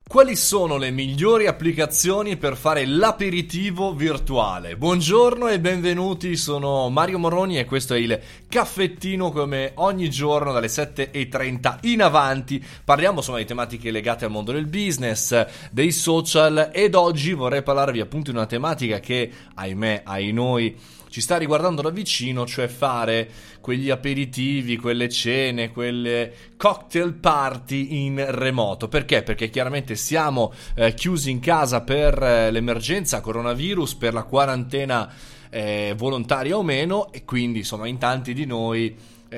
Quali sono le migliori applicazioni per fare l'aperitivo virtuale? Buongiorno e benvenuti, sono Mario Moroni e questo è il caffettino. Come ogni giorno dalle 7:30 in avanti parliamo insomma di tematiche legate al mondo del business, dei social, ed oggi vorrei parlarvi appunto di una tematica che, ahimè, noi ci sta riguardando da vicino, cioè fare quegli aperitivi, quelle cene, quelle cocktail party in remoto. Perché? Perché chiaramente siamo chiusi in casa per l'emergenza coronavirus, per la quarantena volontaria o meno, e quindi insomma in tanti di noi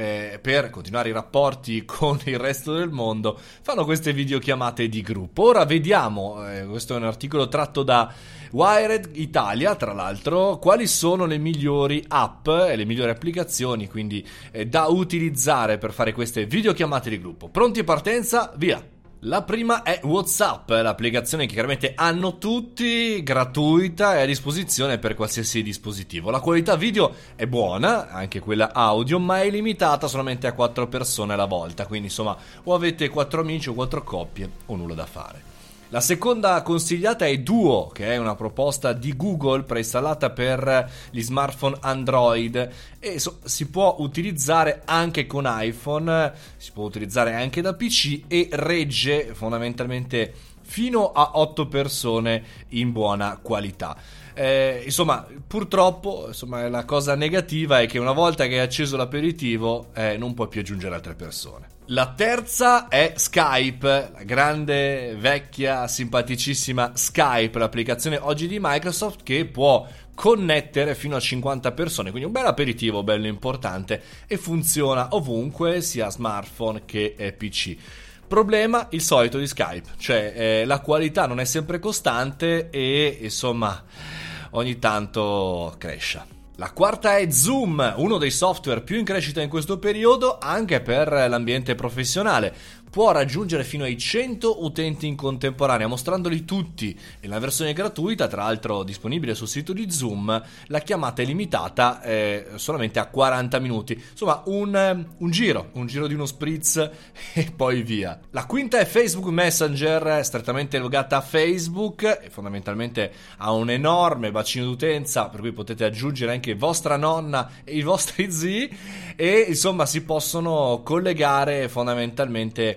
per continuare i rapporti con il resto del mondo fanno queste videochiamate di gruppo. Ora vediamo, questo è un articolo tratto da Wired Italia, tra l'altro, quali sono le migliori app e le migliori applicazioni quindi da utilizzare per fare queste videochiamate di gruppo. Pronti, partenza, via! La prima è WhatsApp, l'applicazione che chiaramente hanno tutti, gratuita e a disposizione per qualsiasi dispositivo. La qualità video è buona, anche quella audio, ma è limitata solamente a 4 persone alla volta, quindi insomma o avete 4 amici o 4 coppie o nulla da fare. La seconda consigliata è Duo, che è una proposta di Google preinstallata per gli smartphone Android e si può utilizzare anche con iPhone, si può utilizzare anche da PC e regge fondamentalmente fino a 8 persone in buona qualità. Insomma, purtroppo la cosa negativa è che una volta che hai acceso l'aperitivo non puoi più aggiungere altre persone. La terza è Skype, la grande, vecchia, simpaticissima Skype, l'applicazione oggi di Microsoft che può connettere fino a 50 persone, quindi un bel aperitivo, bello importante, e funziona ovunque, sia smartphone che PC. Problema, il solito di Skype, cioè la qualità non è sempre costante e insomma ogni tanto cresce. La quarta è Zoom, uno dei software più in crescita in questo periodo anche per l'ambiente professionale. Può raggiungere fino ai 100 utenti in contemporanea, mostrandoli tutti. Nella versione gratuita, tra l'altro disponibile sul sito di Zoom, la chiamata è limitata solamente a 40 minuti. Insomma, un giro di uno spritz e poi via. La quinta è Facebook Messenger, strettamente legata a Facebook e fondamentalmente ha un enorme bacino d'utenza, per cui potete aggiungere anche vostra nonna e i vostri zii e insomma si possono collegare fondamentalmente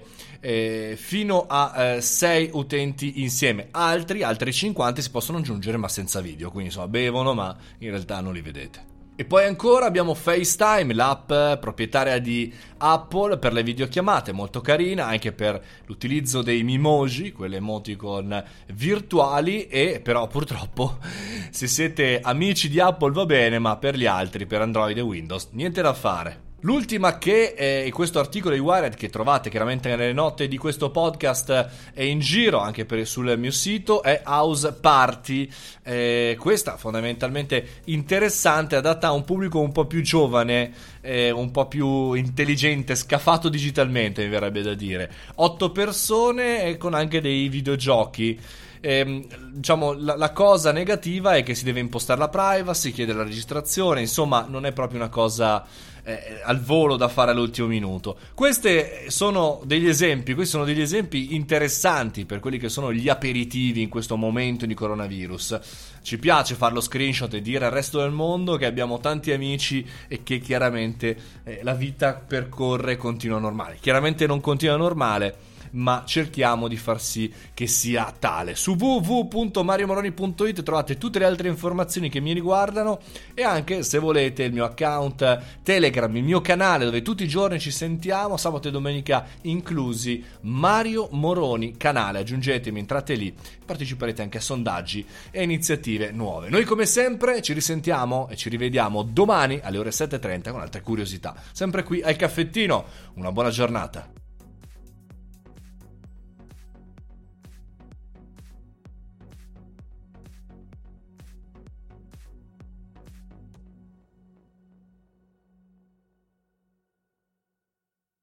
fino a 6 utenti insieme. Altri 50 si possono aggiungere ma senza video, quindi insomma bevono ma in realtà non li vedete. E poi ancora abbiamo FaceTime, l'app proprietaria di Apple per le videochiamate, molto carina anche per l'utilizzo dei Memoji, quelle emoticon virtuali, e però purtroppo se siete amici di Apple va bene, ma per gli altri, per Android e Windows, niente da fare. L'ultima che è questo articolo di Wired che trovate chiaramente nelle note di questo podcast è in giro anche sul mio sito, è House Party. Questa fondamentalmente interessante, adatta a un pubblico un po' più giovane, un po' più intelligente, scafato digitalmente mi verrebbe da dire. 8 persone e con anche dei videogiochi. Diciamo la cosa negativa è che si deve impostare la privacy, chiede la registrazione, insomma non è proprio una cosa al volo da fare all'ultimo minuto. Questi sono degli esempi interessanti per quelli che sono gli aperitivi in questo momento di coronavirus. Ci piace fare lo screenshot e dire al resto del mondo che abbiamo tanti amici e che chiaramente la vita percorre e continua normale. Chiaramente non continua normale, ma cerchiamo di far sì che sia tale. Su www.mariomoroni.it trovate tutte le altre informazioni che mi riguardano e anche, se volete, il mio account Telegram, il mio canale dove tutti i giorni ci sentiamo, sabato e domenica inclusi, Mario Moroni canale. Aggiungetemi, entrate lì, parteciperete anche a sondaggi e iniziative nuove. Noi come sempre ci risentiamo e ci rivediamo domani alle ore 7:30 con altre curiosità, sempre qui al caffettino. Una buona giornata.